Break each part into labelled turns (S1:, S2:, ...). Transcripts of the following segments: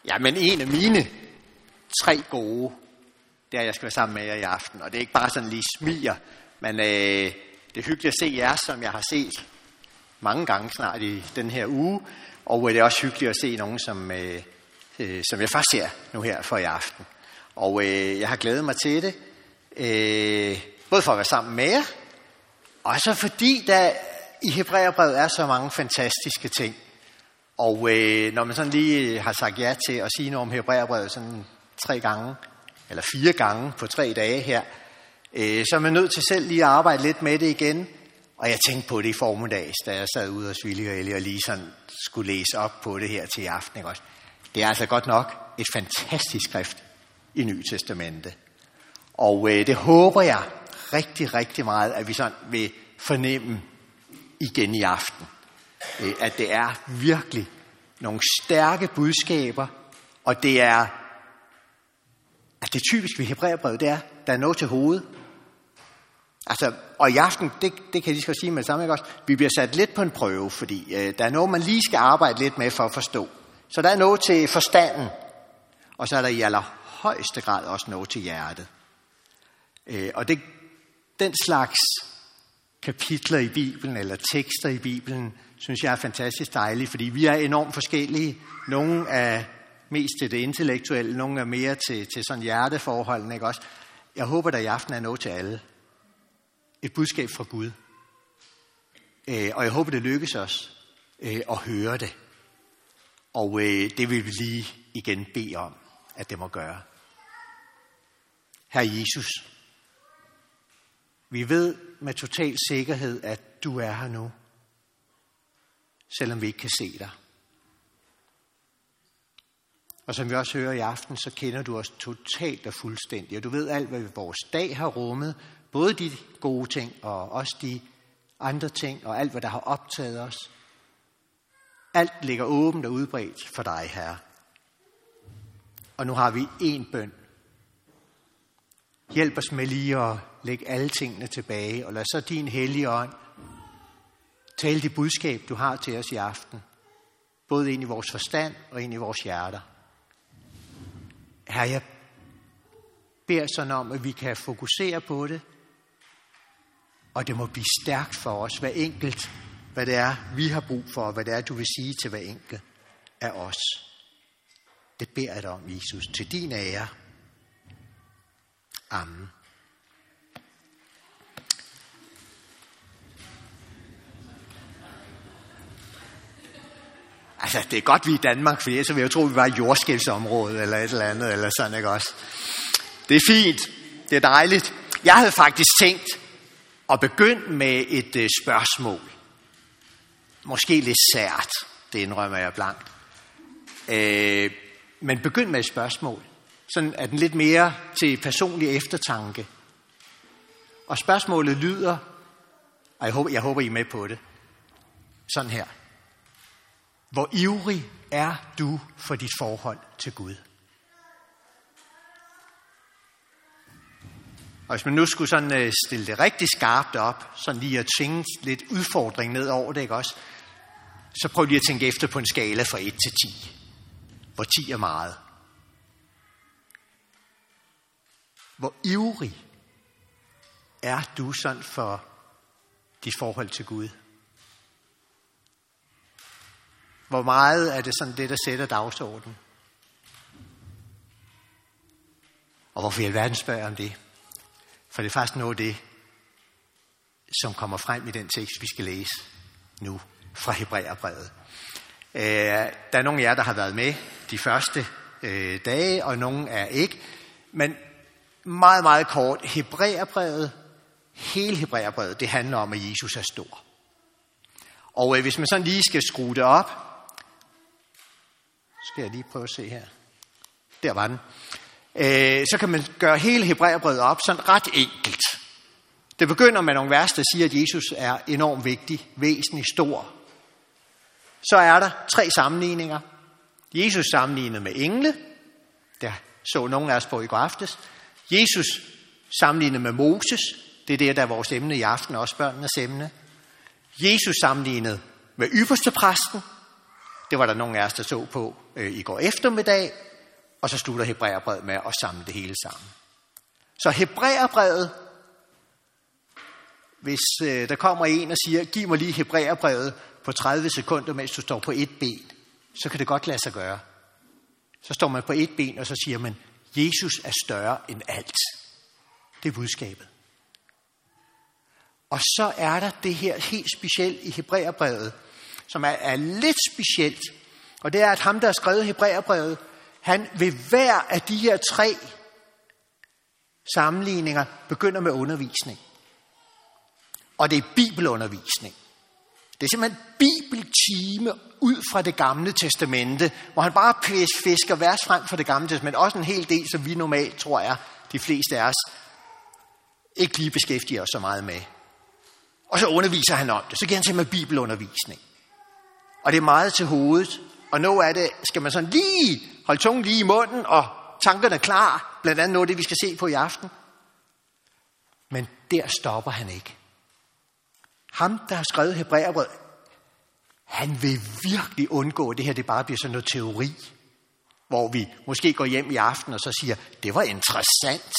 S1: Ja, men en af mine 3 gode, det er, at jeg skal være sammen med jer i aften. Og det er ikke bare sådan lige smiger, men det er hyggeligt at se jer, som jeg har set mange gange snart i den her uge. Og det er også hyggeligt at se nogen, som jeg først ser nu her for i aften. Og jeg har glædet mig til det, både for at være sammen med jer, og så fordi der i Hebræerbrevet er så mange fantastiske ting. Og når man sådan lige har sagt ja til at sige noget om Hebræerbrevet sådan 3 gange, eller 4 gange på 3 dage her, så er man nødt til selv lige at arbejde lidt med det igen. Og jeg tænkte på det i formiddags, da jeg sad ude hos Willy og Ellie og lige sådan skulle læse op på det her til i aften. Ikke også? Det er altså godt nok et fantastisk skrift i Nye Testamente. Og det håber jeg rigtig, rigtig meget, at vi sådan vil fornemme igen i aften. At det er virkelig nogle stærke budskaber, og det er, at det typisk ved Hebræerbrevet, det er, der er noget til hovedet. Altså, og i aften, det kan jeg lige skal sige med det samme, ikke også? Vi bliver sat lidt på en prøve, fordi der er noget, man lige skal arbejde lidt med for at forstå. Så der er noget til forstanden, og så er der i allerhøjeste grad også noget til hjertet. Og den slags kapitler i Bibelen, eller tekster i Bibelen, synes jeg er fantastisk dejlige, fordi vi er enormt forskellige. Nogle er mest til det intellektuelle, nogle er mere til sådan hjerteforholdene, ikke også? Jeg håber, der i aften er noget til alle. Et budskab fra Gud. Og jeg håber, det lykkes os at høre det. Og det vil vi lige igen bede om, at det må gøre. Herre Jesus, vi ved med total sikkerhed, at du er her nu, selvom vi ikke kan se dig. Og som vi også hører i aften, så kender du os totalt og fuldstændigt. Og du ved alt, hvad vores dag har rummet, både de gode ting og også de andre ting, og alt, hvad der har optaget os. Alt ligger åbent og udbredt for dig, Herre. Og nu har vi én bøn. Hjælp os med lige at lægge alle tingene tilbage, og lad så din hellige ånd tale det budskab, du har til os i aften. Både ind i vores forstand og ind i vores hjerter. Herre, jeg beder sådan om, at vi kan fokusere på det, og det må blive stærkt for os, hver enkelt, hvad det er, vi har brug for, og hvad det er, du vil sige til hver enkelt af os. Det beder jeg dig om, Jesus, til din ære. Amen. Altså, det er godt, vi er i Danmark, for så vil jeg tro, vi var i jordskælvsområdet, eller et eller andet, eller sådan, ikke også? Det er fint. Det er dejligt. Jeg havde faktisk tænkt at begynde med et spørgsmål. Måske lidt sært, det indrømmer jeg blankt. Men begynd med et spørgsmål. Sådan er den lidt mere til personlig eftertanke. Og spørgsmålet lyder, og jeg håber I er med på det, sådan her. Hvor ivrig er du for dit forhold til Gud? Og hvis man nu skulle sådan stille det rigtig skarpt op, sådan lige at tvinge lidt udfordring ned over det, ikke også? Så prøv lige at tænke efter på en skala fra 1 til 10. Hvor 10 er meget. Hvor ivrig er du sådan for dit forhold til Gud? Hvor meget er det sådan det, der sætter dagsordenen? Og hvorfor i alverden spørger jeg om det? For det er faktisk noget af det, som kommer frem i den tekst, vi skal læse nu fra Hebræerbrevet. Der er nogle af jer, der har været med de første dage, og nogle er ikke. Men meget, meget kort, hele Hebræerbrevet, det handler om, at Jesus er stor. Og hvis man sådan lige skal skrue det op, skal jeg lige prøve at se her. Der var den. Så kan man gøre hele Hebræerbrevet op sådan ret enkelt. Det begynder med nogle vers, der siger, at Jesus er enormt vigtig, væsentlig, stor. Så er der 3 sammenligninger. Jesus sammenlignet med engle. Der så nogle af os på i går aftes. Jesus sammenlignet med Moses. Det er det, der er vores emne i aften, også børnenes emne. Jesus sammenlignet med ypperstepræsten. Det var der nogle af os, der så på i går eftermiddag, og så slutter Hebræerbrevet med at samle det hele sammen. Så Hebræerbrevet, hvis der kommer en og siger, giv mig lige Hebræerbrevet på 30 sekunder, mens du står på et ben, så kan det godt lade sig gøre. Så står man på et ben, og så siger man, Jesus er større end alt. Det er budskabet. Og så er der det her helt specielt i Hebræerbrevet, som er lidt specielt. Og det er, at ham, der har skrevet Hebræerbrevet, han ved hver af de her 3 sammenligninger begynder med undervisning. Og det er bibelundervisning. Det er simpelthen bibeltime ud fra det gamle testamente, hvor han bare fisker vers frem fra det gamle testamente. Også en hel del, som vi normalt, tror jeg, de fleste af os, ikke lige beskæftiger os så meget med. Og så underviser han om det. Så giver han simpelthen bibelundervisning. Og det er meget til hovedet. Og noget af det skal man sådan lige holde tungen lige i munden, og tankerne klar. Blandt andet noget af det, vi skal se på i aften. Men der stopper han ikke. Ham, der har skrevet Hebræerbrevet, han vil virkelig undgå, at det her det bare bliver sådan noget teori, hvor vi måske går hjem i aften og så siger, det var interessant.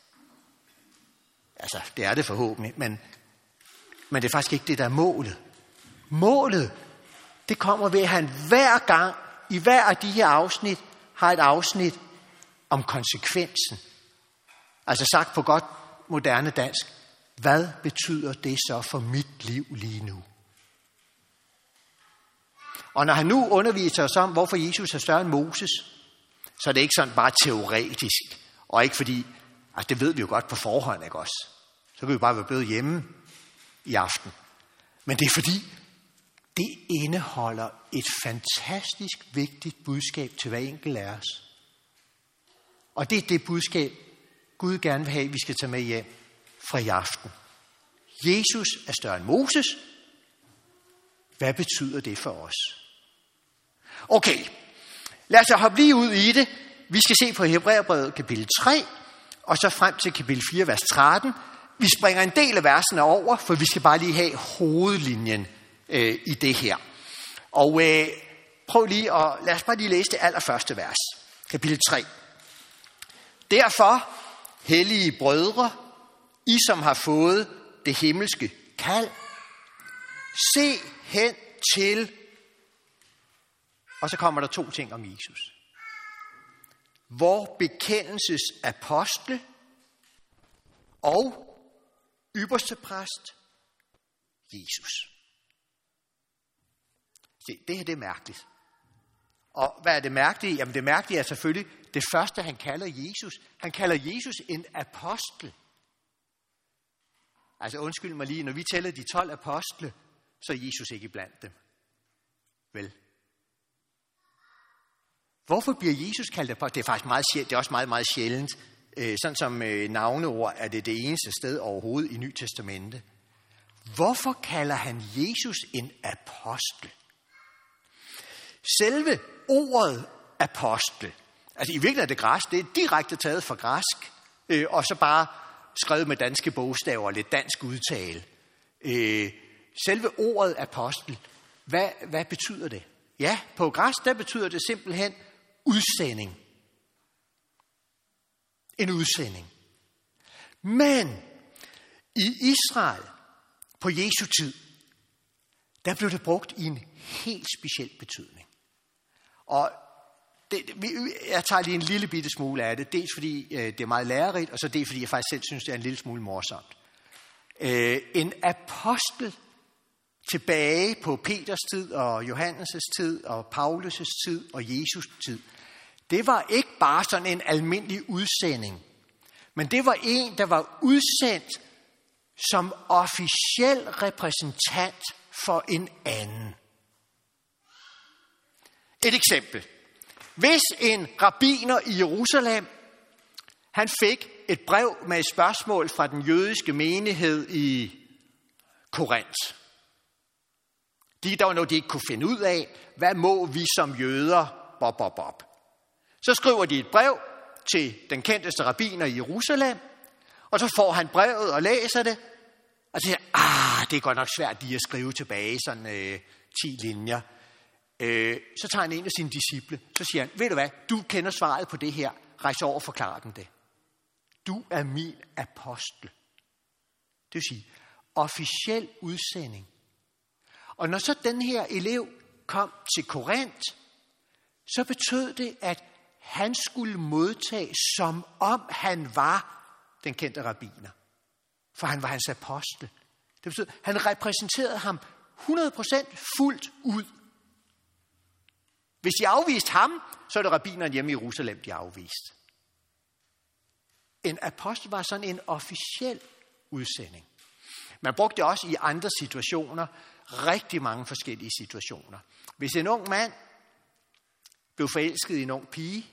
S1: Altså, det er det forhåbentlig, men det er faktisk ikke det, der er målet. Målet, det kommer ved, at han hver gang, i hver af de her afsnit, har et afsnit om konsekvensen. Altså sagt på godt moderne dansk, hvad betyder det så for mit liv lige nu? Og når han nu underviser os om, hvorfor Jesus er større end Moses, så er det ikke sådan bare teoretisk, og ikke fordi, altså det ved vi jo godt på forhånd, ikke også? Så kan vi bare være blevet hjemme i aften. Men det er fordi, det indeholder et fantastisk vigtigt budskab til hver enkelt af os. Og det er det budskab, Gud gerne vil have, vi skal tage med hjem fra i aften. Jesus er større end Moses. Hvad betyder det for os? Okay, lad os hoppe lige ud i det. Vi skal se på Hebræerbrevet kapitel 3, og så frem til kapitel 4, vers 13. Vi springer en del af versene over, for vi skal bare lige have hovedlinjen i det her. Og prøv lige at, lad os bare lige læse det allerførste vers. Kapitel 3. Derfor, hellige brødre, I som har fået det himmelske kald, se hen til, og så kommer der 2 ting om Jesus. Vor bekendelses apostle og ypperste præst, Jesus. Se, det her det er mærkeligt. Og hvad er det mærkelige? Jamen det mærkelige er selvfølgelig det første, han kalder Jesus. Han kalder Jesus en apostel. Altså undskyld mig lige, når vi tæller de 12 apostle, så er Jesus ikke blandt dem. Vel? Hvorfor bliver Jesus kaldt apostel? Det er faktisk meget sjældent. Det er også meget, meget sjældent. Sådan som navneord er det eneste sted overhovedet i Nye Testamente. Hvorfor kalder han Jesus en apostel? Selve ordet apostel, altså i virkeligheden er det græsk, det er direkte taget fra græsk, og så bare skrevet med danske bogstaver og lidt dansk udtale. Selve ordet apostel, hvad betyder det? Ja, på græsk, der betyder det simpelthen udsending. En udsending. Men i Israel på Jesu tid, der blev det brugt i en helt speciel betydning. Og jeg tager lige en lille bitte smule af det, dels fordi det er meget lærerigt, og så dels fordi jeg faktisk selv synes, det er en lille smule morsomt. En apostel tilbage på Peters tid og Johannes' tid og Paulus' tid og Jesus' tid, det var ikke bare sådan en almindelig udsending, men det var en, der var udsendt som officiel repræsentant for en anden. Et eksempel. Hvis en rabbiner i Jerusalem, han fik et brev med et spørgsmål fra den jødiske menighed i Korinth. Der var noget, de ikke kunne finde ud af. Hvad må vi som jøder? Bob. Så skriver de et brev til den kendteste rabbiner i Jerusalem, og så får han brevet og læser det, og siger, det er godt nok svært lige at skrive tilbage, sådan 10 linjer. Så tager han en af sine disciple, så siger han, ved du hvad, du kender svaret på det her, rejs over og forklar dem det. Du er min apostel. Det vil sige, officiel udsending. Og når så den her elev kom til Korinth, så betød det, at han skulle modtage, som om han var den kendte rabbiner. For han var hans apostel. Det betød, at han repræsenterede ham 100% fuldt ud. Hvis de afviste ham, så er det rabbineren hjemme i Jerusalem, de afviste. En apostel var sådan en officiel udsending. Man brugte det også i andre situationer, rigtig mange forskellige situationer. Hvis en ung mand blev forelsket i en ung pige,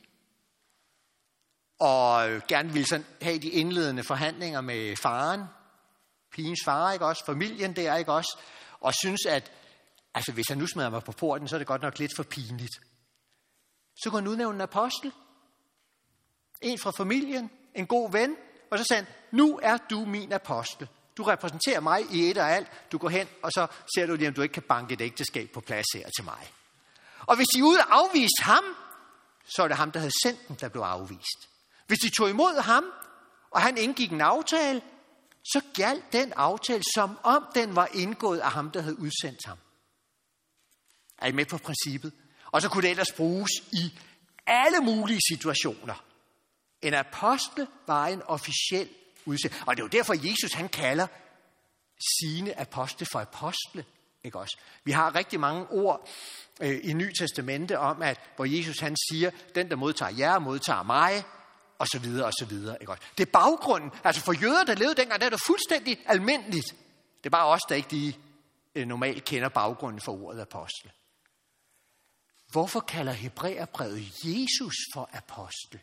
S1: og gerne ville sådan have de indledende forhandlinger med faren, pigens far, ikke også, familien der, ikke også, og synes, at altså, hvis han nu smider mig på porten, så er det godt nok lidt for pinligt. Så kunne han udnævne en apostel, en fra familien, en god ven, og så sagde han, nu er du min apostel. Du repræsenterer mig i et og alt. Du går hen, og så ser du lige, om du ikke kan banke et ægteskab på plads her til mig. Og hvis de ude afviste ham, så er det ham, der havde sendt dem, der blev afvist. Hvis de tog imod ham, og han indgik en aftale, så gjaldt den aftale, som om den var indgået af ham, der havde udsendt ham. Er I med på princippet? Og så kunne det ellers bruges i alle mulige situationer. En apostel var en officiel udsendelse. Og det er jo derfor, Jesus han kalder sine apostle for apostle. Ikke også? Vi har rigtig mange ord i Nye Testamente om, at hvor Jesus han siger, den der modtager jer, modtager mig, og så videre, og så videre. Ikke også? Det er baggrunden. Altså for jøder, der levede dengang, der er det fuldstændig almindeligt. Det er bare os, der ikke normalt kender baggrunden for ordet apostle. Hvorfor kalder Hebræerbrevet Jesus for apostel?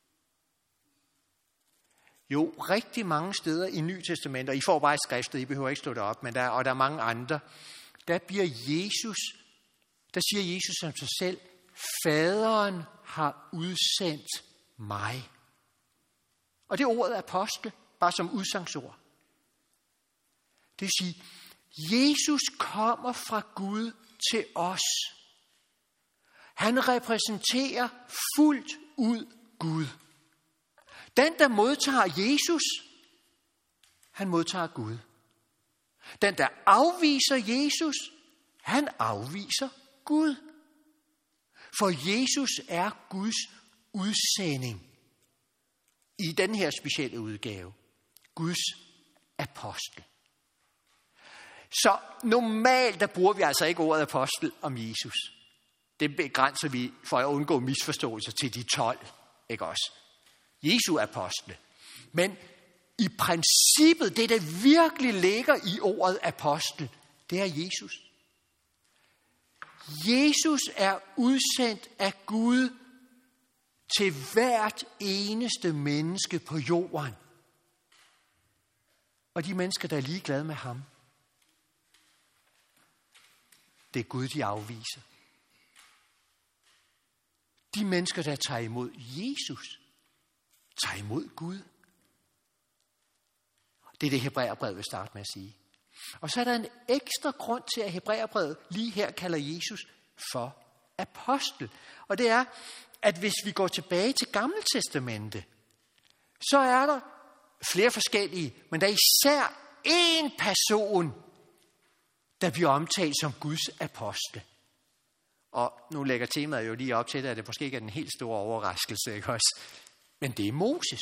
S1: Jo, rigtig mange steder i Nye Testament, og I får bare skriftet, I behøver ikke stå derop, men der er mange andre, der siger Jesus om sig selv, faderen har udsendt mig. Og det er ordet apostel, bare som udsangsord. Det vil sige, Jesus kommer fra Gud til os. Han repræsenterer fuldt ud Gud. Den, der modtager Jesus, han modtager Gud. Den, der afviser Jesus, han afviser Gud. For Jesus er Guds udsending i den her specielle udgave. Guds apostel. Så normalt, der bruger vi altså ikke ordet apostel om Jesus. Det begrænser vi for at undgå misforståelser til de 12, ikke også? Jesu apostle. Men i princippet, det der virkelig ligger i ordet apostel, det er Jesus. Jesus er udsendt af Gud til hvert eneste menneske på jorden. Og de mennesker, der er ligeglade med ham, det er Gud, de afviser. De mennesker, der tager imod Jesus, tager imod Gud. Det er det, Hebræerbrevet vil starte med at sige. Og så er der en ekstra grund til, at Hebræerbrevet lige her kalder Jesus for apostel. Og det er, at hvis vi går tilbage til Gamle Testamente, så er der flere forskellige, men der er især én person, der bliver omtalt som Guds apostel. Og nu lægger temaet jo lige op til det, at det måske ikke er den helt store overraskelse, ikke også? Men det er Moses.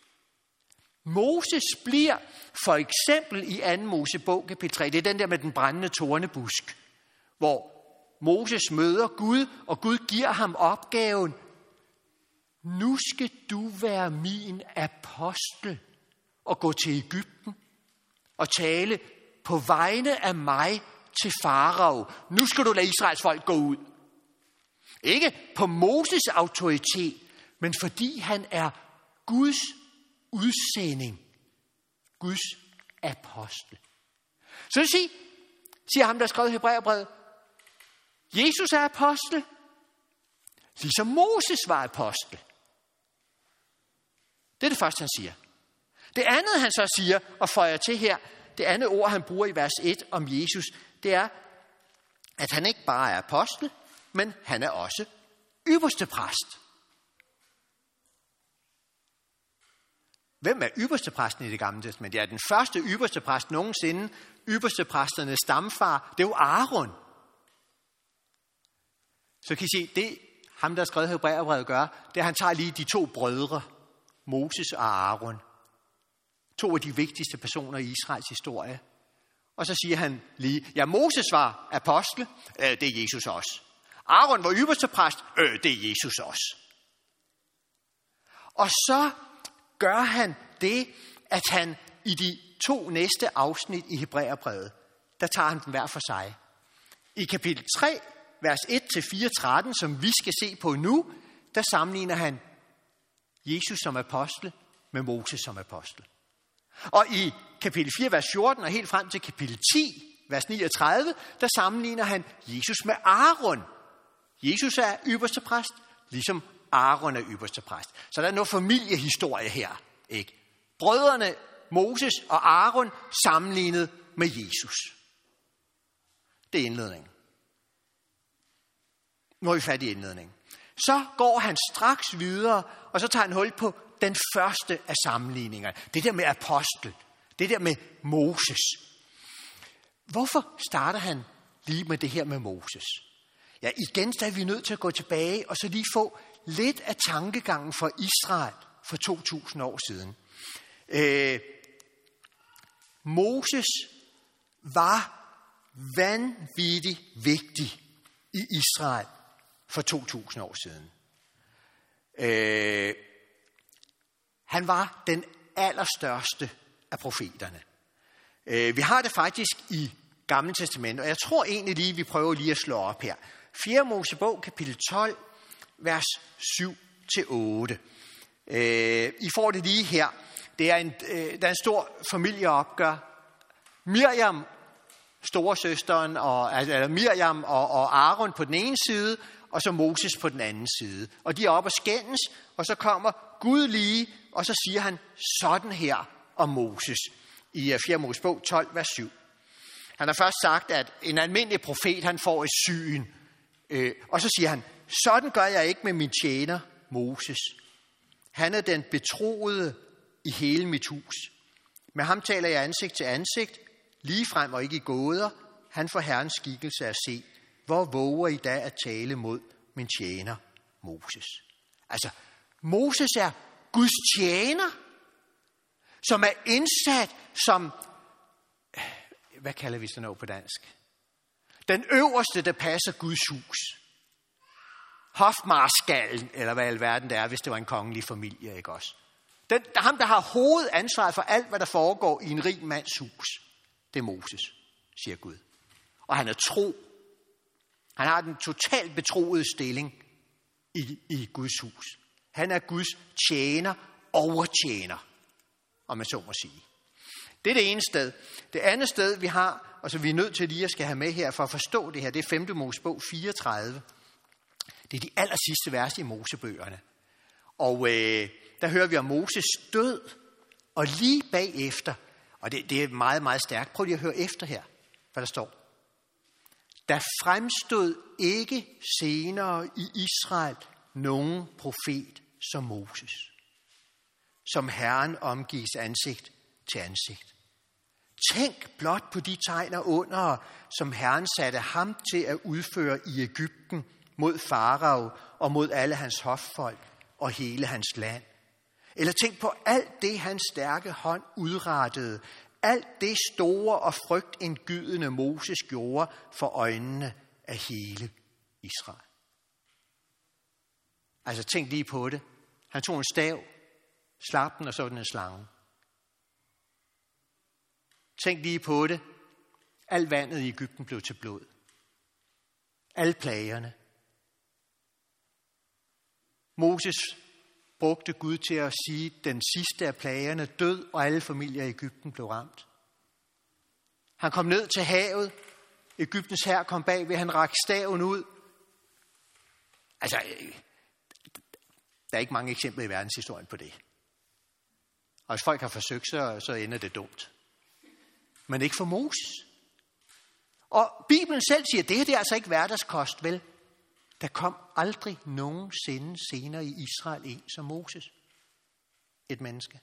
S1: Moses bliver for eksempel i 2. Mosebog kapitel 3, det er den der med den brændende tornebusk, hvor Moses møder Gud, og Gud giver ham opgaven, nu skal du være min apostel og gå til Egypten og tale på vegne af mig til farao. Nu skal du lade Israels folk gå ud. Ikke på Moses autoritet, men fordi han er Guds udsending. Guds apostel. Så vil sige, siger ham, der har skrevet Hebræerbrevet, Jesus er apostel, ligesom Moses var apostel. Det er det første, han siger. Det andet, han så siger og føjer til her, det andet ord, han bruger i vers 1 om Jesus, det er, at han ikke bare er apostel, men han er også ypperste præst. Hvem er ypperste præsten i Det Gamle Testamente? Det er den første ypperste præst nogensinde. Ypperste præsternes stamfar, det er jo Aaron. Så kan I se, det ham, der har skrevet Hebræerbrevet, gør, det er, at han tager lige de to brødre, Moses og Aaron. To af de vigtigste personer i Israels historie. Og så siger han lige, ja, Moses var apostel, det er Jesus også. Aaron var ypperste præst, det er Jesus også. Og så gør han det, at han i de to næste afsnit i Hebræerbrevet, der tager han dem hver for sig. I kapitel 3, vers 1-4, som vi skal se på nu, der sammenligner han Jesus som apostel med Moses som apostel. Og i kapitel 4, vers 14 og helt frem til kapitel 10, vers 39, der sammenligner han Jesus med Aaron. Jesus er ypperste præst, ligesom Aaron er ypperste præst. Så der er noget familiehistorie her, ikke? Brødrene Moses og Aaron sammenlignet med Jesus. Det er indledningen. Nu er vi fat i indledningen. Så går han straks videre, og så tager han hul på den første af sammenligningerne. Det der med apostel. Det der med Moses. Hvorfor starter han lige med det her med Moses? Ja, igen så er vi nødt til at gå tilbage og så lige få lidt af tankegangen for Israel for 2000 år siden. Moses var vanvittigt vigtig i Israel for 2000 år siden. Han var den allerstørste af profeterne. Vi har det faktisk i Gamle Testament, og jeg tror egentlig lige, vi prøver lige at slå op her. 4. Mosebog, kapitel 12, vers 7-8. I får det lige her. Der er en stor familieopgør. Miriam, storesøsteren, altså Miriam og Aaron på den ene side, og så Moses på den anden side. Og de er oppe og skændes, og så kommer Gud lige, og så siger han sådan her om Moses i 4. Mosebog 12, vers 7. Han har først sagt, at en almindelig profet, han får et syn. Og så siger han, sådan gør jeg ikke med min tjener Moses. Han er den betroede i hele mit hus. Med ham taler jeg ansigt til ansigt, ligefrem og ikke i gåder. Han får Herrens skikkelse at se. Hvor våger I da at tale mod min tjener Moses? Altså, Moses er Guds tjener, som er indsat som, hvad kalder vi sådan noget på dansk? Den øverste, der passer Guds hus. Hofmarskallen, eller hvad i alverden det er, hvis det var en kongelig familie, ikke også? Ham, der har hovedansvaret for alt, hvad der foregår i en rig mands hus, det er Moses, siger Gud. Og han er tro. Han har den totalt betroede stilling i Guds hus. Han er Guds tjener, overtjener, om man så må sige. Det er det ene sted. Det andet sted, vi har, og så vi er nødt til lige at skal have med her, for at forstå det her, det er 5. Mosebog 34. Det er de aller sidste vers i Mosebøgerne. Og der hører vi om Moses død, og lige bagefter, og det er meget, meget stærkt. Prøv lige at høre efter her, hvad der står. Der fremstod ikke senere i Israel nogen profet som Moses, som Herren omgives ansigt til ansigt. Tænk blot på de tegn og under, som Herren satte ham til at udføre i Egypten mod Farao og mod alle hans hoffolk og hele hans land. Eller tænk på alt det, hans stærke hånd udrettede, alt det store og frygtindgydende Moses gjorde for øjnene af hele Israel. Altså tænk lige på det. Han tog en stav, slap den og så den en slange. Tænk lige på det. Alt vandet i Egypten blev til blod. Alle plagerne. Moses brugte Gud til at sige, at den sidste af plagerne død, og alle familier i Egypten blev ramt. Han kom ned til havet. Egyptens hær kom bagved. Han rakte staven ud. Altså, der er ikke mange eksempler i verdenshistorien på det. Og hvis folk har forsøgt, så ender det dumt. Men ikke for Moses. Og Bibelen selv siger, at det her det er altså ikke hverdagskost, vel?
S2: Der kom aldrig nogensinde senere i Israel en som Moses. Et menneske.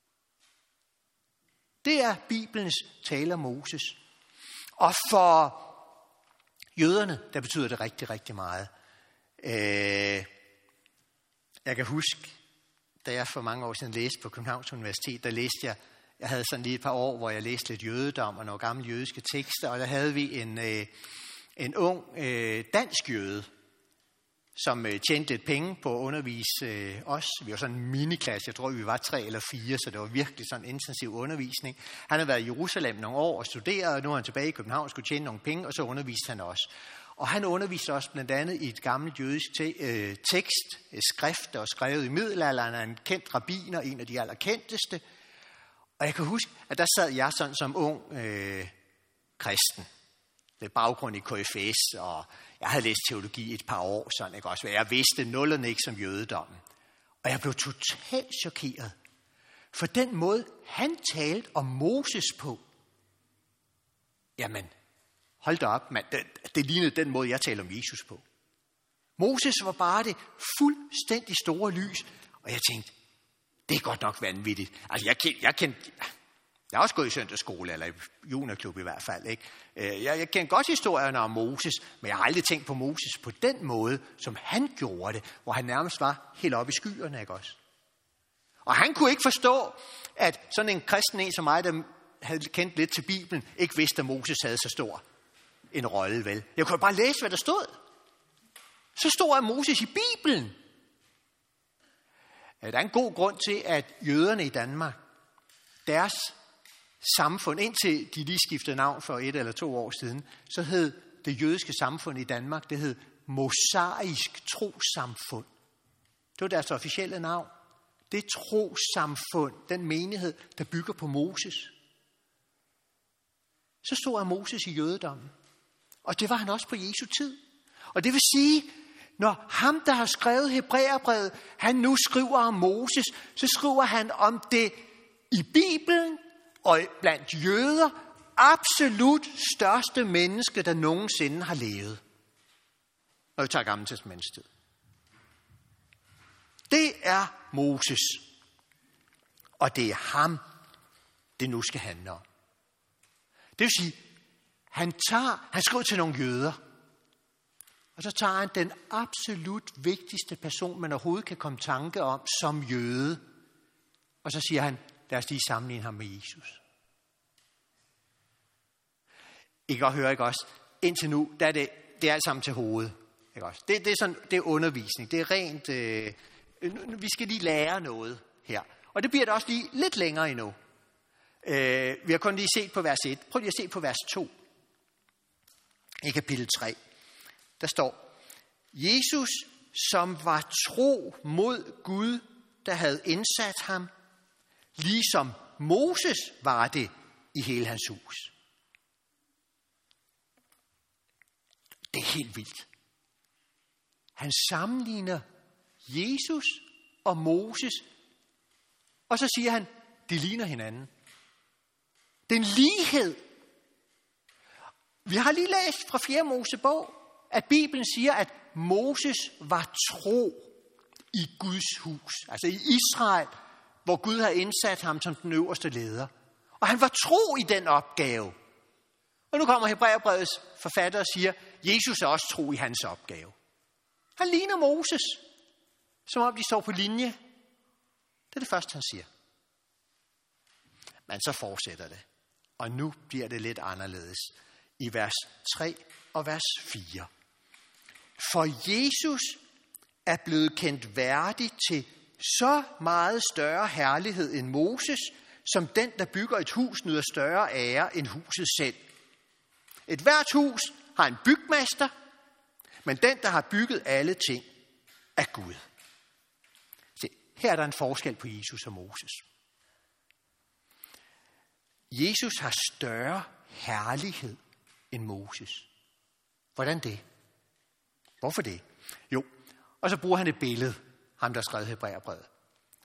S2: Det er Bibelens tale om Moses. Og for jøderne, der betyder det rigtig, rigtig meget. Jeg kan huske, da jeg for mange år siden læste på Københavns Universitet, der læste jeg havde sådan lige et par år, hvor jeg læste lidt jødedom og nogle gamle jødiske tekster, og der havde vi en ung dansk jøde, som tjente lidt penge på at undervise os. Vi var sådan en miniklasse, jeg tror vi var 3 eller 4, så det var virkelig sådan en intensiv undervisning. Han havde været i Jerusalem nogle år og studeret, og nu er han tilbage i København og skulle tjene nogle penge, og så underviste han os. Og han underviste os blandt andet i et gammelt jødisk tekst, skrift, der var skrevet i middelalderen af en kendt rabbiner, en af de allerkendteste. Og jeg kan huske, at der sad jeg sådan som ung kristen, med baggrund i KFS, og jeg havde læst teologi et par år, sådan ikke også. Jeg vidste nul og niks om jødedommen. Og jeg blev totalt chokeret. For den måde, han talte om Moses på, jamen, hold da op, mand. Det lignede den måde, jeg taler om Jesus på. Moses var bare det fuldstændig store lys, og jeg tænkte, det er godt nok vanvittigt. Altså, jeg har også gået i søndagsskole, eller i juniorklub i hvert fald, ikke? Jeg kender godt historierne om Moses, men jeg har aldrig tænkt på Moses på den måde, som han gjorde det, hvor han nærmest var helt oppe i skyerne, ikke også? Og han kunne ikke forstå, at sådan en kristen en som mig, der havde kendt lidt til Bibelen, ikke vidste, at Moses havde så stor en rolle, vel? Jeg kunne bare læse, hvad der stod. Så stod er Moses i Bibelen. Der er en god grund til, at jøderne i Danmark, deres samfund, indtil de lige skiftede navn for 1 eller 2 år siden, så hed det jødiske samfund i Danmark, det hed Mosaisk Trossamfund. Det var deres officielle navn. Det trossamfund, den menighed, der bygger på Moses. Så stod Moses i jødedommen. Og det var han også på Jesu tid. Og det vil sige, når ham, der har skrevet Hebræerbrevet, han nu skriver om Moses, så skriver han om det i Bibelen og blandt jøder absolut største menneske, der nogensinde har levet. Når vi tager Gamle Testamentets tid. Det er Moses. Og det er ham, det nu skal handle om. Det vil sige, han skriver til nogle jøder, og så tager han den absolut vigtigste person, man overhovedet kan komme tanke om som jøde. Og så siger han, lad os lige sammenligne ham med Jesus. I kan godt høre, ikke også? Indtil nu, der er det er alt sammen til hovedet. Ikke også? Det er sådan, det er undervisning. Det er rent, vi skal lige lære noget her. Og det bliver det også lige lidt længere endnu. Vi har kun lige set på vers 1. Prøv lige at se på vers 2. I kapitel 3. Der står, Jesus, som var tro mod Gud, der havde indsat ham, ligesom Moses var det i hele hans hus. Det er helt vildt. Han sammenligner Jesus og Moses, og så siger han, de ligner hinanden. Det er en lighed. Vi har lige læst fra 4. Mosebog, at Bibelen siger, at Moses var tro i Guds hus. Altså i Israel, hvor Gud har indsat ham som den øverste leder. Og han var tro i den opgave. Og nu kommer Hebræerbrevets forfatter og siger, Jesus er også tro i hans opgave. Han ligner Moses, som om de står på linje. Det er det første, han siger. Men så fortsætter det. Og nu bliver det lidt anderledes. I vers 3 og vers 4. For Jesus er blevet kendt værdig til så meget større herlighed end Moses, som den, der bygger et hus, nyder større ære end huset selv. Et hvert hus har en bygmester, men den, der har bygget alle ting, er Gud. Se, her er der en forskel på Jesus og Moses. Jesus har større herlighed end Moses. Hvordan det? Hvorfor det? Jo, og så bruger han et billede, ham der skrev Hebræerbrevet.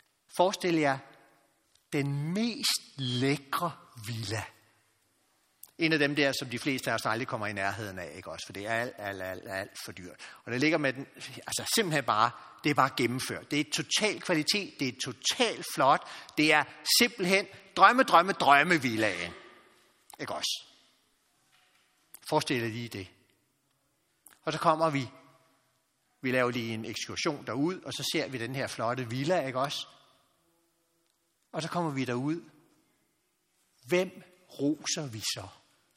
S2: Forestil jer den mest lækre villa. En af dem der, som de fleste af os aldrig kommer i nærheden af, ikke også? For det er alt for dyrt. Og der ligger med den, altså simpelthen bare, det er bare gennemført. Det er total kvalitet, det er totalt flot. Det er simpelthen drømmevillaen. Ikke også? Forestil dig lige det. Og så kommer vi laver lige en ekskursion derud, og så ser vi den her flotte villa, ikke også? Og så kommer vi derud. Hvem roser vi så?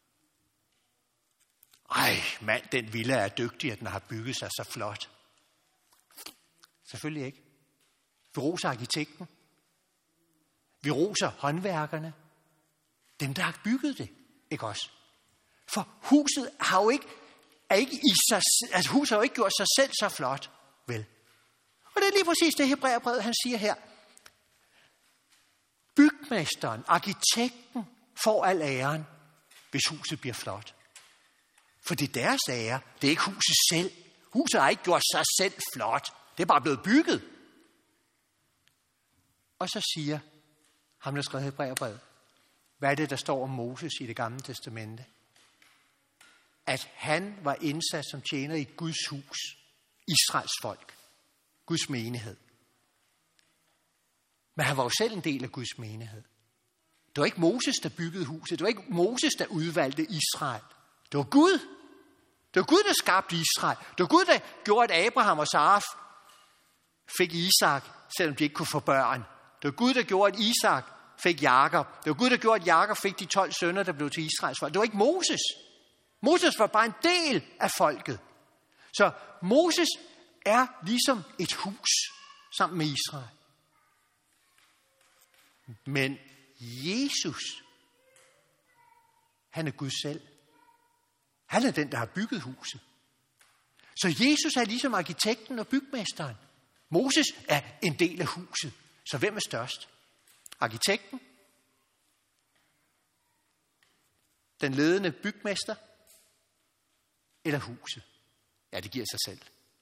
S2: Ej, mand, den villa er dygtig, at den har bygget sig så flot. Selvfølgelig ikke. Vi roser arkitekten. Vi roser håndværkerne. Dem, der har bygget det, ikke også? For huset har jo ikke huset har jo ikke gjort sig selv så flot, vel? Og det er lige præcis det Hebræerbrevet, han siger her. Bygmesteren, arkitekten, får al æren, hvis huset bliver flot. For det er deres ære, det er ikke huset selv. Huset har ikke gjort sig selv flot. Det er bare blevet bygget. Og så siger ham, der skrev Hebræerbrevet, hvad er det, der står om Moses i Det Gamle Testamente? At han var indsat som tjener i Guds hus, Israels folk, Guds menighed. Men han var jo selv en del af Guds menighed. Det var ikke Moses, der byggede huset. Det var ikke Moses, der udvalgte Israel. Det var Gud. Det var Gud, der skabte Israel. Det var Gud, der gjorde, at Abraham og Sara fik Isak, selvom de ikke kunne få børn. Det var Gud, der gjorde, at Isak fik Jakob. Det var Gud, der gjorde, at Jakob fik de 12 sønner, der blev til Israels folk. Det var ikke Moses. Moses var bare en del af folket. Så Moses er ligesom et hus sammen med Israel. Men Jesus, han er Gud selv. Han er den, der har bygget huset. Så Jesus er ligesom arkitekten og bygmesteren. Moses er en del af huset. Så hvem er størst? Arkitekten? Den ledende bygmester? Eller huset? Ja, det giver sig selv.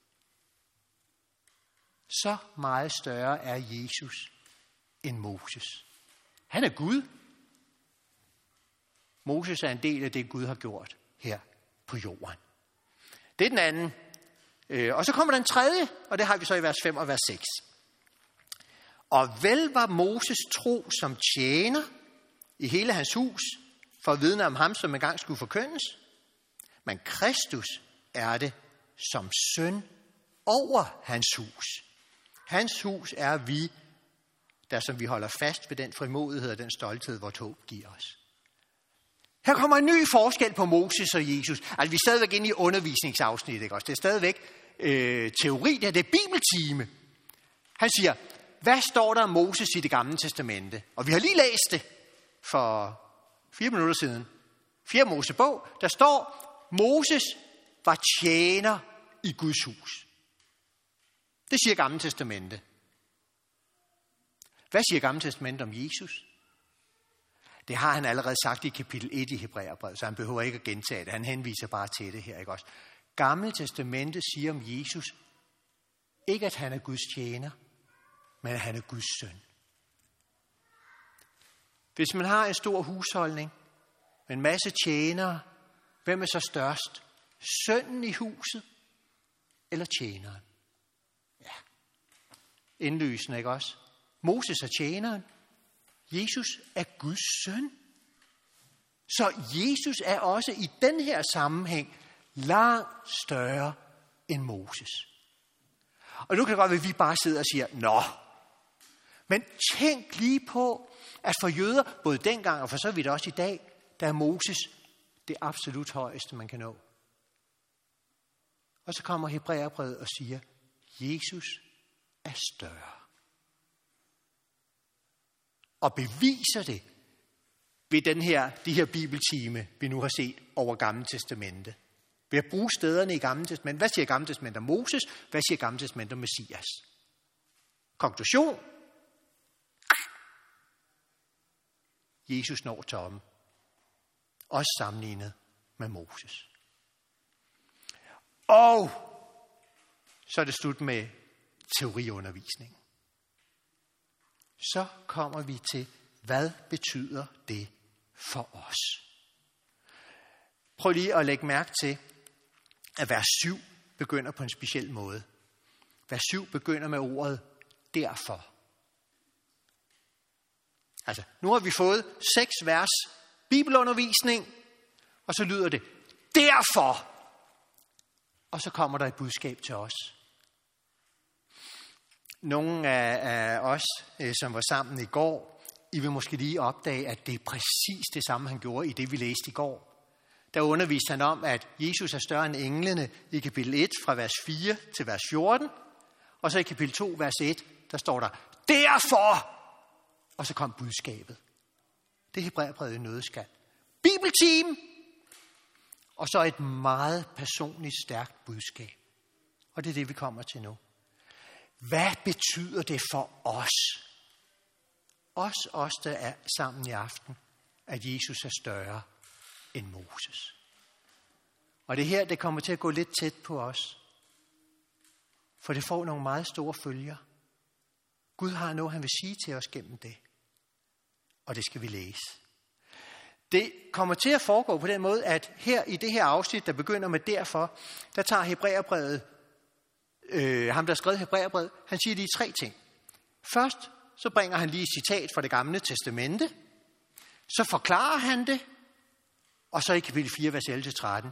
S2: Så meget større er Jesus end Moses. Han er Gud. Moses er en del af det, Gud har gjort her på jorden. Det er den anden. Og så kommer den tredje, og det har vi så i vers 5 og vers 6. Og vel var Moses tro som tjener i hele hans hus, for at vidne om ham, som engang skulle forkyndes. Men Kristus er det som søn over hans hus. Hans hus er vi, der som vi holder fast ved den frimodighed og den stolthed, vort håb giver os. Her kommer en ny forskel på Moses og Jesus. Altså, vi er stadigvæk inde i undervisningsafsnit, ikke også? Det er stadigvæk teori, det er bibeltime. Han siger, hvad står der om Moses i Det Gamle Testamente? Og vi har lige læst det for 4 minutter siden. 4. Mosebog, der står, Moses var tjener i Guds hus. Det siger Gamle Testamente. Hvad siger Gamle Testamente om Jesus? Det har han allerede sagt i kapitel 1 i Hebræerbrevet, så han behøver ikke at gentage det. Han henviser bare til det her, ikke også? Gamle Testamente siger om Jesus, ikke at han er Guds tjener, men at han er Guds søn. Hvis man har en stor husholdning med en masse tjenere, hvem er så størst? Sønnen i huset eller tjeneren? Ja, indlysende, ikke også? Moses er tjeneren. Jesus er Guds søn. Så Jesus er også i den her sammenhæng langt større end Moses. Og nu kan det godt være, at vi bare sidder og siger, nå. Men tænk lige på, at for jøder, både dengang og for så vidt også i dag, der er Moses det absolut højeste, man kan nå. Og så kommer Hebræerbrevet og siger, Jesus er større. Og beviser det ved de her bibeltime, vi nu har set over Gamle Testamente. Ved at bruge stederne i Gamle Testamente. Hvad siger Gamle Testamente om Moses? Hvad siger Gamle Testamente om Messias? Konklusion. Jesus når toppen. Også sammenlignet med Moses. Og så er det slut med teoriundervisning. Så kommer vi til, hvad betyder det for os? Prøv lige at lægge mærke til, at vers 7 begynder på en speciel måde. Vers 7 begynder med ordet derfor. Altså, nu har vi fået 6 vers bibelundervisning, og så lyder det derfor. Og så kommer der et budskab til os. Nogle af os, som var sammen i går, I vil måske lige opdage, at det er præcis det samme, han gjorde i det, vi læste i går. Der underviste han om, at Jesus er større end englene i kapitel 1 fra vers 4 til vers 14. Og så i kapitel 2, vers 1, der står der, derfor! Og så kom budskabet. Det er Hebræerbrevet i nøddeskal. Bibelteam! Og så et meget personligt stærkt budskab. Og det er det, vi kommer til nu. Hvad betyder det for os? Os, der er sammen i aften, at Jesus er større end Moses. Og det her, det kommer til at gå lidt tæt på os. For det får nogle meget store følger. Gud har noget, han vil sige til os gennem det. Og det skal vi læse. Det kommer til at foregå på den måde, at her i det her afsnit, der begynder med derfor, der tager Hebræerbrevet, ham der har skrevet Hebræerbrevet, han siger lige 3 ting. Først så bringer han lige et citat fra det gamle testamente. Så forklarer han det. Og så i kapitel 4, vers 11-13,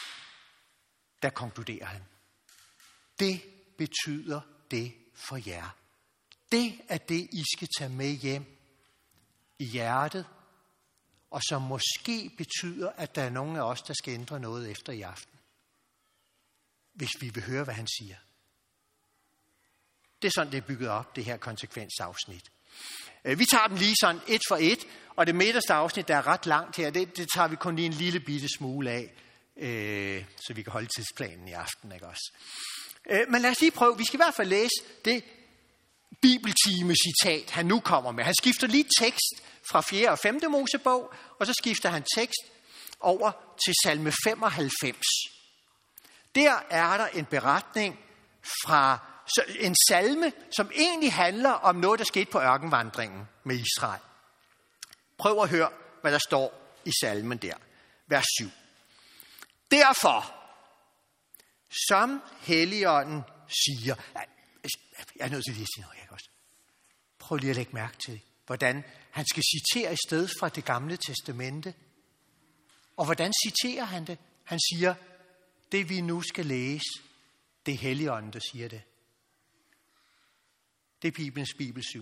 S2: der konkluderer han. Det betyder det for jer. Det er det, I skal tage med hjem i hjertet, og som måske betyder, at der er nogen af os, der skal ændre noget efter i aften. Hvis vi vil høre, hvad han siger. Det er sådan, det er bygget op, det her konsekvensafsnit. Vi tager dem lige sådan et for et, og det midterste afsnit, der er ret langt her, det tager vi kun lige en lille bitte smule af, så vi kan holde tidsplanen i aften, ikke også? Men lad os lige prøve, vi skal i hvert fald læse det bibeltime-citat, han nu kommer med. Han skifter lige tekst fra 4. og 5. Mosebog, og så skifter han tekst over til salme 95. Der er der en beretning fra en salme, som egentlig handler om noget, der skete på ørkenvandringen med Israel. Prøv at høre, hvad der står i salmen der. Vers 7. Derfor, som Helligånden siger. Jeg er nødt til lige at sige noget, ikke også? Prøv lige at lægge mærke til, hvordan han skal citere i stedet fra det gamle testamente. Og hvordan citerer han det? Han siger, det vi nu skal læse, det er Helligånden, der siger det. Det er Bibelens bibelsyn.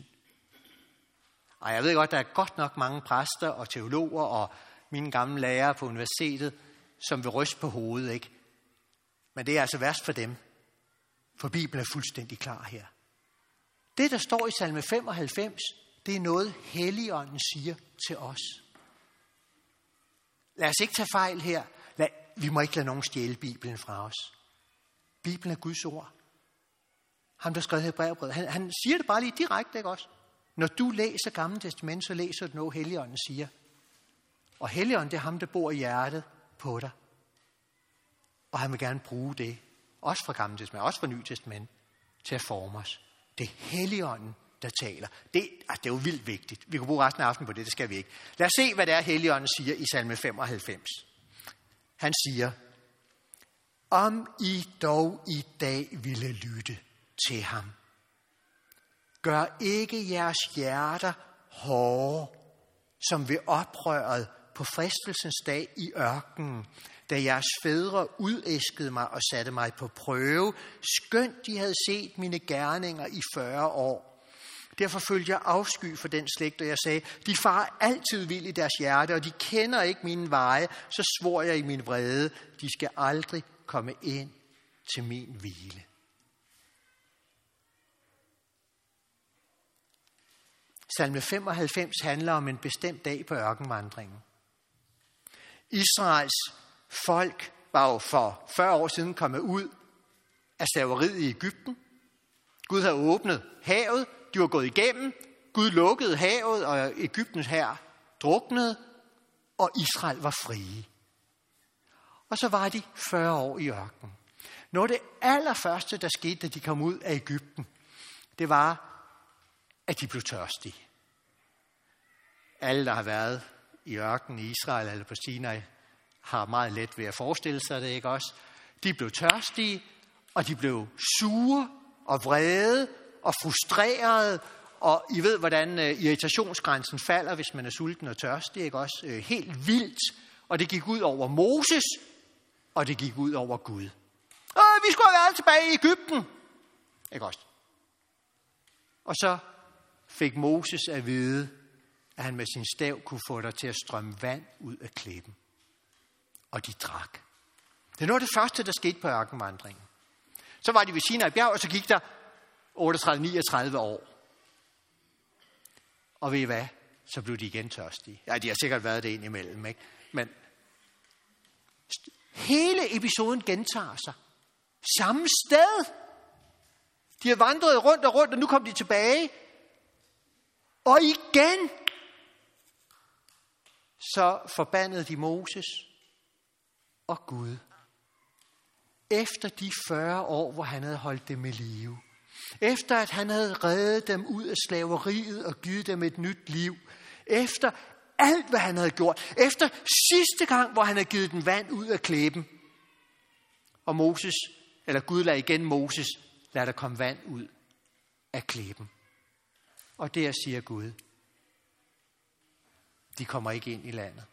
S2: Og jeg ved godt, der er godt nok mange præster og teologer og mine gamle lærere på universitetet, som vil ryste på hovedet, ikke? Men det er altså værst for dem. For Bibelen er fuldstændig klar her. Det, der står i salme 95, det er noget, Helligånden siger til os. Lad os ikke tage fejl her. Vi må ikke lade nogen stjæle Bibelen fra os. Bibelen er Guds ord. Ham, der skrev Hebræerbrevet, han siger det bare lige direkte, ikke også? Når du læser Gamle Testament, så læser du noget, Helligånden siger. Og Helligånden, det er ham, der bor i hjertet på dig. Og han vil gerne bruge det, også fra Gamle Testament, også fra Nye Testament, til at forme os. Det er Helligånden, der taler. Det er jo vildt vigtigt. Vi kan bruge resten af aftenen på det skal vi ikke. Lad os se, hvad det er, Helligånden siger i salme 95. Han siger, om I dog i dag ville lytte til ham. Gør ikke jeres hjerter hårde, som ved oprøret på fristelsens dag i ørkenen, da jeres fædre udæskede mig og satte mig på prøve, skønt de havde set mine gerninger i 40 år. Derfor følte jeg afsky for den slægt, og jeg sagde, de farer altid vild i deres hjerte, og de kender ikke mine veje, så svor jeg i min vrede, de skal aldrig komme ind til min hvile. Salme 95 handler om en bestemt dag på ørkenvandringen. Israels folk var jo for 40 år siden kommet ud af slaveriet i Egypten. Gud havde åbnet havet, de var gået igennem. Gud lukkede havet, og Egyptens hær druknede, og Israel var frie. Og så var de 40 år i ørkenen. Noget af det allerførste, der skete, da de kom ud af Egypten, det var, at de blev tørstige. Alle, der har været i ørkenen i Israel eller på Sinai, har meget let ved at forestille sig det, ikke også? De blev tørstige, og de blev sure og vrede og frustrerede, og I ved, hvordan irritationsgrænsen falder, hvis man er sulten og tørstig, ikke også? Helt vildt, og det gik ud over Moses, og det gik ud over Gud. Vi skulle have været tilbage i Egypten, ikke også? Og så fik Moses at vide, at han med sin stav kunne få der til at strømme vand ud af klippen. Og de drak. Det er noget af det første, der skete på ørkenvandringen. Så var de ved Sinai bjerg, og så gik der 38-39 år. Og ved I hvad? Så blev de igen tørstige. Ja, de har sikkert været det indimellem, ikke? Men hele episoden gentager sig. Samme sted. De har vandret rundt og rundt, og nu kom de tilbage. Og igen, så forbandede de Moses og Gud. Efter de 40 år, hvor han havde holdt dem i live. Efter at han havde reddet dem ud af slaveriet og givet dem et nyt liv. Efter alt, hvad han havde gjort. Efter sidste gang, hvor han havde givet dem vand ud af klippen. Og Gud lagde igen Moses, lad der komme vand ud af klippen. Og der siger Gud, de kommer ikke ind i landet.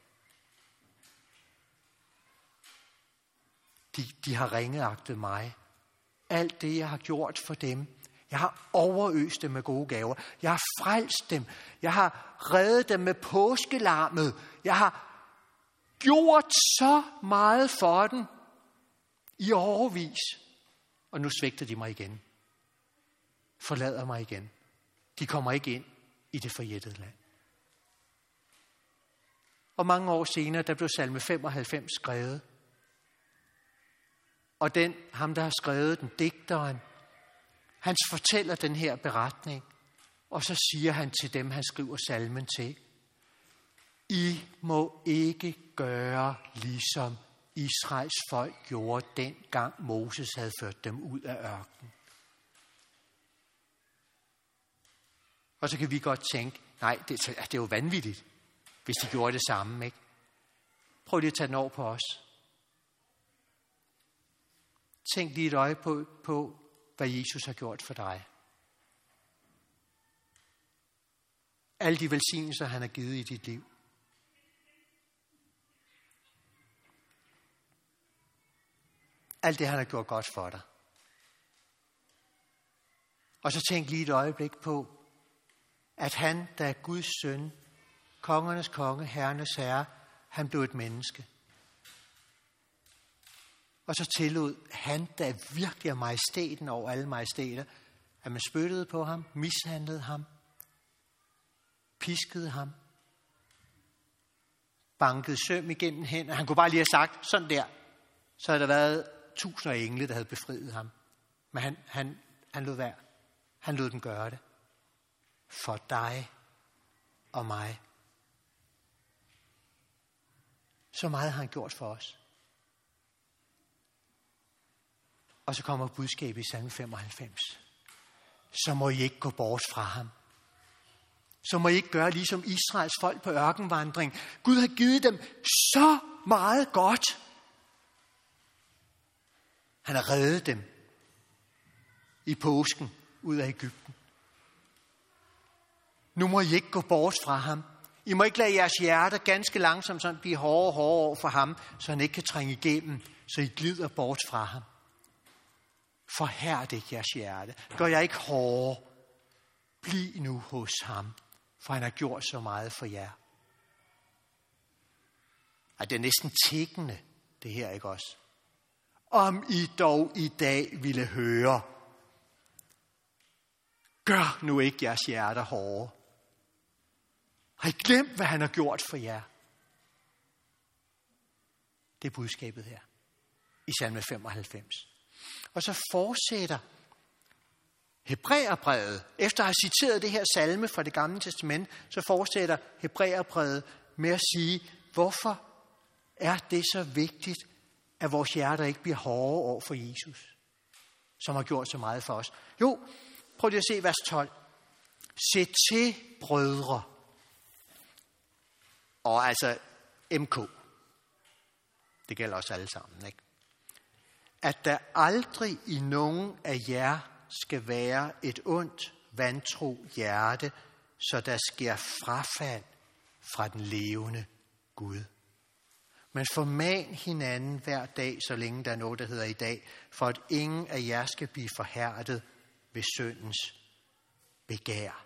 S2: De har ringeagtet mig. Alt det, jeg har gjort for dem. Jeg har overøst dem med gode gaver. Jeg har frelst dem. Jeg har reddet dem med påskelammet. Jeg har gjort så meget for dem i årevis. Og nu svigter de mig igen. Forlader mig igen. De kommer ikke ind i det forjættede land. Og mange år senere, der blev salme 95 skrevet. Og ham der har skrevet den, digteren, han fortæller den her beretning. Og så siger han til dem, han skriver salmen til. I må ikke gøre, ligesom Israels folk gjorde dengang Moses havde ført dem ud af ørkenen. Og så kan vi godt tænke, nej, det er jo vanvittigt, hvis de gjorde det samme, ikke? Prøv lige at tage den over på os. Tænk lige et øje på, hvad Jesus har gjort for dig. Alle de velsignelser, han har givet i dit liv. Alt det, han har gjort godt for dig. Og så tænk lige et øjeblik på, at han, der er Guds søn, kongernes konge, herrenes herre, han blev et menneske. Og så tillod han, der virkelig er majestæten over alle majestæter, at man spyttede på ham, mishandlede ham, piskede ham, bankede søm igennem hænder. Han kunne bare lige have sagt, sådan der, så havde der været 1000 engle, der havde befriet ham. Men han lod være. Han lod dem gøre det. For dig og mig. Så meget har han gjort for os. Og så kommer budskabet i salme 95. Så må I ikke gå bort fra ham. Så må I ikke gøre ligesom Israels folk på ørkenvandring. Gud har givet dem så meget godt. Han har reddet dem i påsken ud af Egypten. Nu må I ikke gå bort fra ham. I må ikke lade jeres hjerter ganske langsomt sådan blive hårdere og hårdere over for ham, så han ikke kan trænge igennem, så I glider bort fra ham. Forhærd ikke jeres hjerte. Gør jeg ikke hårde. Bliv nu hos ham, for han har gjort så meget for jer. Ej, det er næsten tikkende, det her, ikke også? Om I dog i dag ville høre, gør nu ikke jeres hjerter hårde. Har I glemt, hvad han har gjort for jer? Det er budskabet her i salme 95. Og så fortsætter Hebræerbrevet, efter at have citeret det her salme fra det gamle testament, så fortsætter Hebræerbrevet med at sige, hvorfor er det så vigtigt, at vores hjerter ikke bliver hårde over for Jesus, som har gjort så meget for os. Jo, prøv lige at se vers 12. Se til, brødre. Og altså MK. Det gælder os alle sammen, ikke? At der aldrig i nogen af jer skal være et ondt, vantro hjerte, så der sker frafald fra den levende Gud. Men forman hinanden hver dag, så længe der er noget, der hedder i dag, for at ingen af jer skal blive forhærdet ved syndens begær.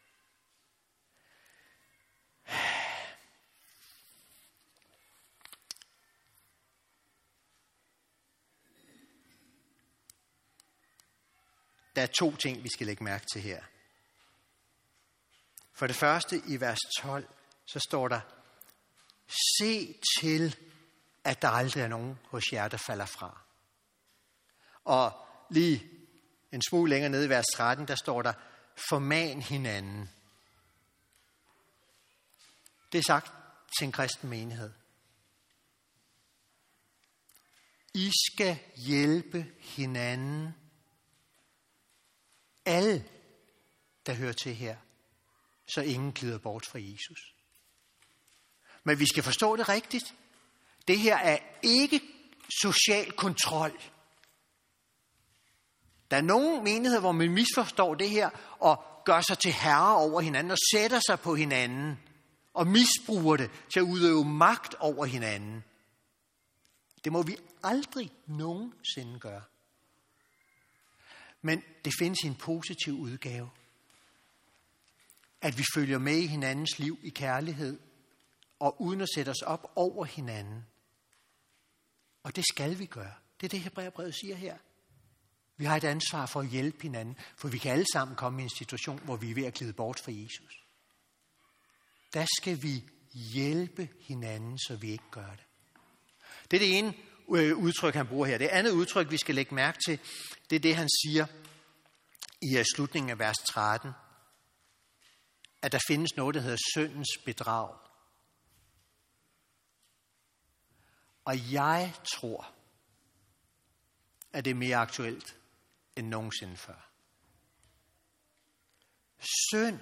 S2: Der er 2 ting, vi skal lægge mærke til her. For det første i vers 12, så står der, se til, at der aldrig er nogen hos jer, der falder fra. Og lige en smule længere nede i vers 13, der står der, forman hinanden. Det er sagt til en kristen menighed. I skal hjælpe hinanden. Alle, der hører til her, så ingen glider bort fra Jesus. Men vi skal forstå det rigtigt. Det her er ikke social kontrol. Der er nogle menigheder, hvor man misforstår det her og gør sig til herre over hinanden og sætter sig på hinanden og misbruger det til at udøve magt over hinanden. Det må vi aldrig nogensinde gøre. Men det findes i en positiv udgave. At vi følger med i hinandens liv i kærlighed, og uden at sætte os op over hinanden. Og det skal vi gøre. Det er det, Hebræerbrevet siger her. Vi har et ansvar for at hjælpe hinanden, for vi kan alle sammen komme i en situation, hvor vi er ved at glide bort fra Jesus. Der skal vi hjælpe hinanden, så vi ikke gør det. Det er det ene udtryk, han bruger her. Det andet udtryk, vi skal lægge mærke til, det er det, han siger i slutningen af vers 13. At der findes noget, der hedder syndens bedrag. Og jeg tror, at det er mere aktuelt end nogensinde før. Synd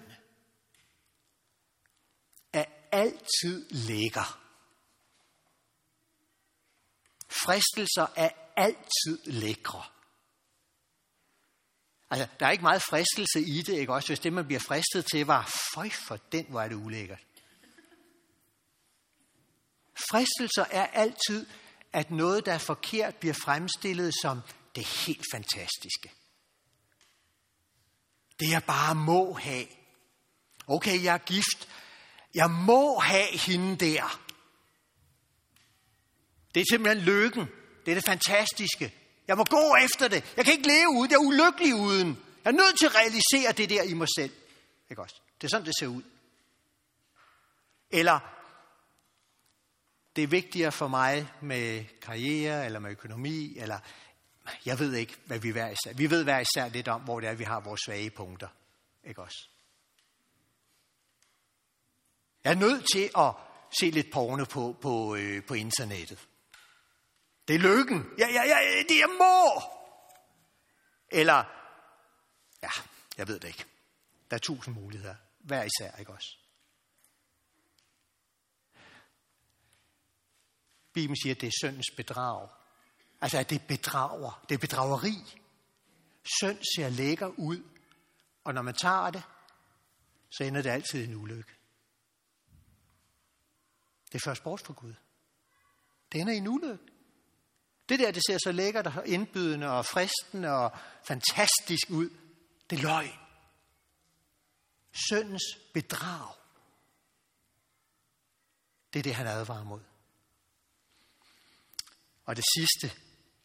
S2: er altid lækker. Fristelser er altid lækre. Altså, der er ikke meget fristelse i det, ikke også? Hvis det, man bliver fristet til, var, føj for den, hvor er det ulækkert. Fristelser er altid, at noget, der er forkert, bliver fremstillet som det helt fantastiske. Det jeg bare må have. Okay, jeg er gift. Jeg må have hende der. Det er simpelthen lykken. Det er det fantastiske. Jeg må gå efter det. Jeg kan ikke leve uden. Jeg er ulykkelig uden. Jeg er nødt til at realisere det der i mig selv. Ikke også? Det er sådan, det ser ud. Eller det er vigtigere for mig med karriere, eller med økonomi, eller jeg ved ikke, hvad vi hver især. Vi ved hver især lidt om, hvor det er, vi har vores svage punkter. Ikke også? Jeg er nødt til at se lidt porno på internettet. Det er lykken. Det jeg må. Eller, ja, jeg ved det ikke. Der er 1000 muligheder. Hver især, ikke også? Bibelen siger, at det er syndens bedrag. Altså, at det bedrager. Det er bedrageri. Synd ser lækker ud. Og når man tager det, så ender det altid i en ulykke. Det er først bort fra Gud. Det ender i en ulykke. Det der, det ser så lækkert og indbydende og fristende og fantastisk ud. Det er løgn. Syndens bedrag. Det er det, han advarer mod. Og det sidste.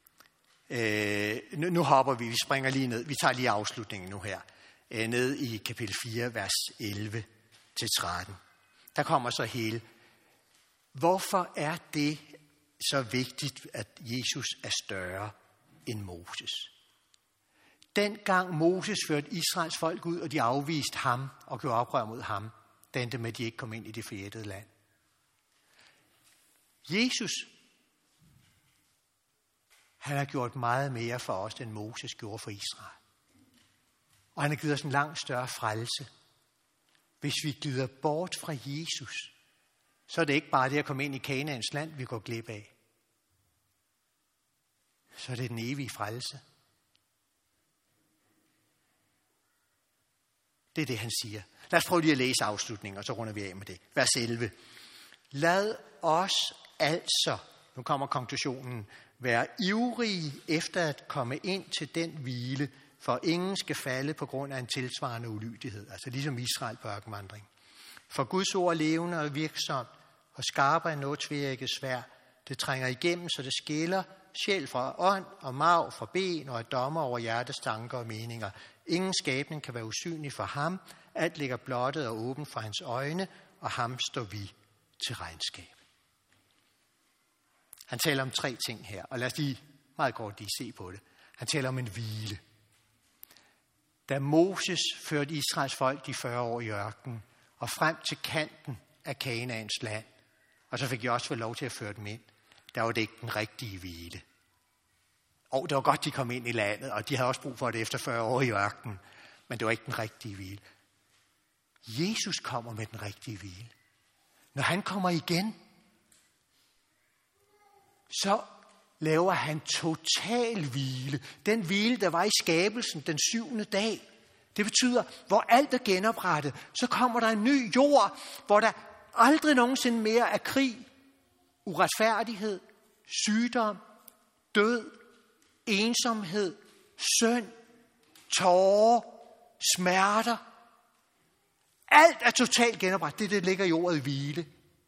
S2: Nu hopper vi springer lige ned. Vi tager lige afslutningen nu her. Ned i kapitel 4, vers 11-13. Der kommer så hele. Hvorfor er det så vigtigt, at Jesus er større end Moses? Dengang Moses førte Israels folk ud, og de afviste ham og gjorde oprør mod ham, det endte med, at de ikke kom ind i det forjættede land. Jesus, han har gjort meget mere for os, end Moses gjorde for Israel. Og han har givet os en langt større frelse. Hvis vi glider bort fra Jesus, så er det ikke bare det at komme ind i Kanaans land, vi går glip af. så er det den evige frelse. Det er det, han siger. Lad os prøve lige at læse afslutningen, og så runder vi af med det. Vers 11. Lad os altså, nu kommer konklusionen, være ivrige efter at komme ind til den hvile, for ingen skal falde på grund af en tilsvarende ulydighed. Altså ligesom Israel på ørkenvandring. For Guds ord er levende og virksomt, og skarpere end noget tveægget sværd. Det trænger igennem, så det skiller sjæl fra ånd og marv fra ben og er dommer over hjertes tanker og meninger. Ingen skabning kan være usynlig for ham. Alt ligger blottet og åbent for hans øjne, og ham står vi til regnskab. Han taler om 3 ting her, og lad os lige meget kort lige se på det. Han taler om en hvile. Da Moses førte Israels folk de 40 år i ørkenen, og frem til kanten af Kanaans land, og så fik jeg også fået lov til at føre dem ind, der var det ikke den rigtige hvile. Og det var godt, de kom ind i landet, og de havde også brug for det efter 40 år i ørkenen, men det var ikke den rigtige hvile. Jesus kommer med den rigtige hvile. Når han kommer igen, så laver han total hvile. Den hvile, der var i skabelsen den 7. dag. Det betyder, hvor alt er genoprettet, så kommer der en ny jord, hvor der aldrig nogensinde mere er krig, uretfærdighed, sygdom, død, ensomhed, synd, tårer, smerter. Alt er totalt genoprettet. Det ligger i ordet hvile.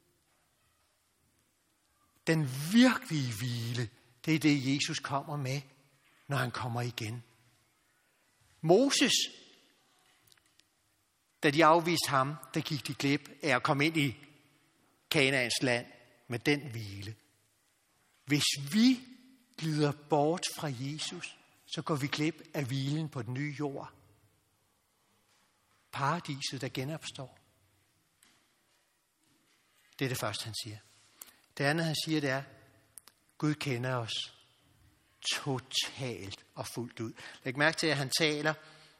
S2: Den virkelige hvile, det er det, Jesus kommer med, når han kommer igen. Moses, da de afviste ham, der gik de glip af at komme ind i Kanaans land med den hvile. Hvis vi glider bort fra Jesus, så går vi glip af hvilen på den nye jord. Paradiset, der genopstår. Det er det første, han siger. Det andet, han siger, det er, Gud kender os totalt og fuldt ud. Læg mærke til, at han taler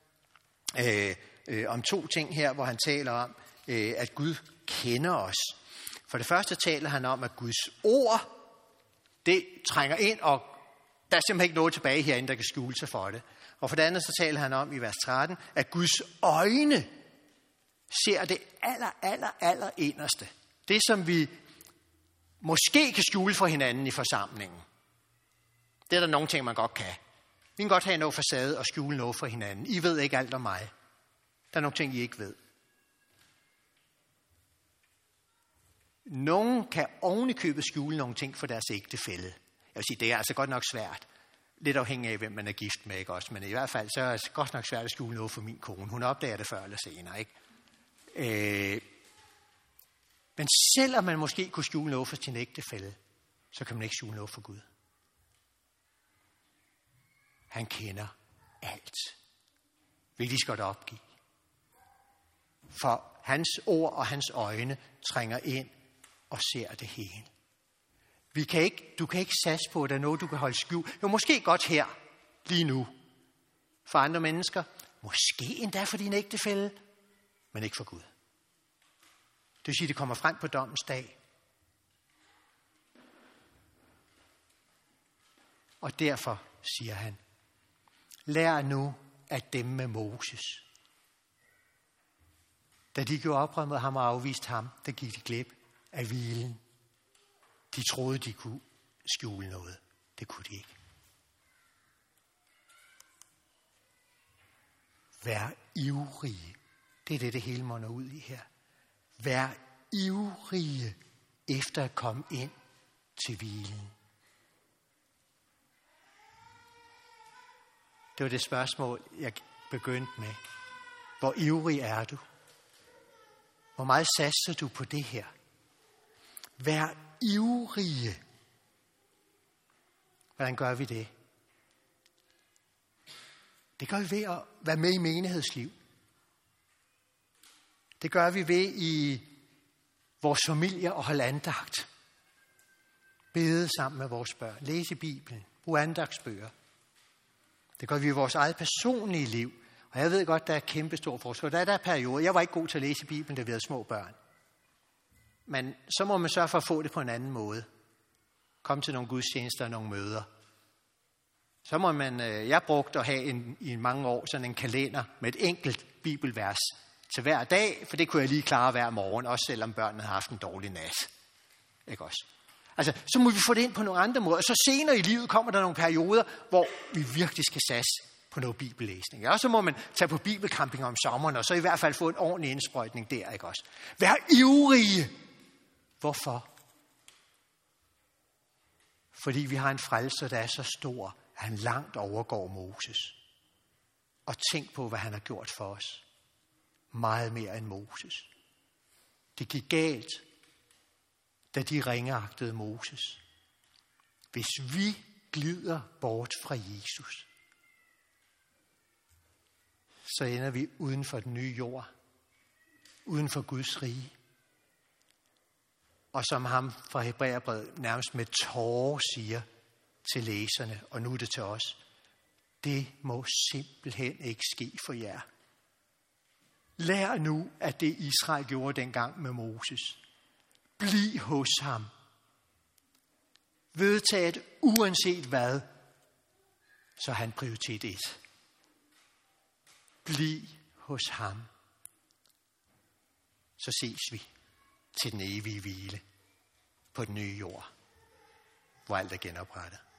S2: om 2 ting her, hvor han taler om, at Gud kender os. For det første taler han om, at Guds ord, det trænger ind, og der er simpelthen ikke noget tilbage herinde, der kan skjule sig for det. Og for det andet, så taler han om i vers 13, at Guds øjne ser det aller inderste. Det, som vi måske kan skjule for hinanden i forsamlingen. Det er der nogle ting, man godt kan. Vi kan godt have noget facade og skjule noget for hinanden. I ved ikke alt om mig. Der er nogle ting, I ikke ved. Nogen kan ovenikøbet skjule nogle ting for deres ægtefælle. Jeg vil sige, det er altså godt nok svært. Lidt afhængig af, hvem man er gift med, ikke også? Men i hvert fald, så er det godt nok svært at skjule noget for min kone. Hun opdager det før eller senere, ikke? Men selvom man måske kunne skjule noget for sin ægtefælle, så kan man ikke skjule noget for Gud. Han kender alt. Vil de godt opgive? For hans ord og hans øjne trænger ind og ser det hele. Du kan ikke satse på, at der er noget, du kan holde skjult. Jo, måske godt her, lige nu. For andre mennesker. Måske endda for din ægtefælle, men ikke for Gud. Det vil sige, at det kommer frem på dommens dag. Og derfor siger han, lær nu at dem med Moses. Da de gjorde oprør mod ham og afviste ham, der gik de glip af hvilen. De troede, de kunne skjule noget. Det kunne de ikke. Vær ivrige. Det er det hele munder ud i her. Vær ivrige efter at komme ind til hvilen. Det var det spørgsmål, jeg begyndte med. Hvor ivrig er du? Hvor meget satser du på det her? Vær ivrige. Hvordan gør vi det? Det gør vi ved at være med i menighedsliv. Det gør vi ved i vores familie og holde andagt. Bede sammen med vores børn. Læse Bibelen. Brug andagtsbøger. Det gør vi i vores eget personlige liv. Og jeg ved godt, der er kæmpe stor forskel. Der er perioder. Jeg var ikke god til at læse Bibelen, da vi havde små børn. Men så må man sørge for at få det på en anden måde. Kom til nogle gudstjenester og nogle møder. så må man, jeg brugte at have i mange år sådan en kalender med et enkelt bibelvers til hver dag, for det kunne jeg lige klare hver morgen, også selvom børnene havde haft en dårlig nat. Ikke også? Altså, så må vi få det ind på nogle andre måder. Så senere i livet kommer der nogle perioder, hvor vi virkelig skal satse på noget bibellæsning. Og så må man tage på bibelcamping om sommeren, og så i hvert fald få en ordentlig indsprøjtning der, ikke også? Vær ivrige! Hvorfor? Fordi vi har en frelser, der er så stor, at han langt overgår Moses. Og tænk på, hvad han har gjort for os. Meget mere end Moses. Det gik galt, da de ringeagtede Moses. Hvis vi glider bort fra Jesus, så ender vi uden for den nye jord, uden for Guds rige. Og som ham fra Hebræerbrevet nærmest med tårer siger til læserne, og nu er det til os, det må simpelthen ikke ske for jer. Lær nu, at det Israel gjorde dengang med Moses. Bliv hos ham. Vedtaget uanset hvad, så han prioritet 1. Bliv hos ham. Så ses vi til den evige hvile på den nye jord, hvor alt er genoprettet.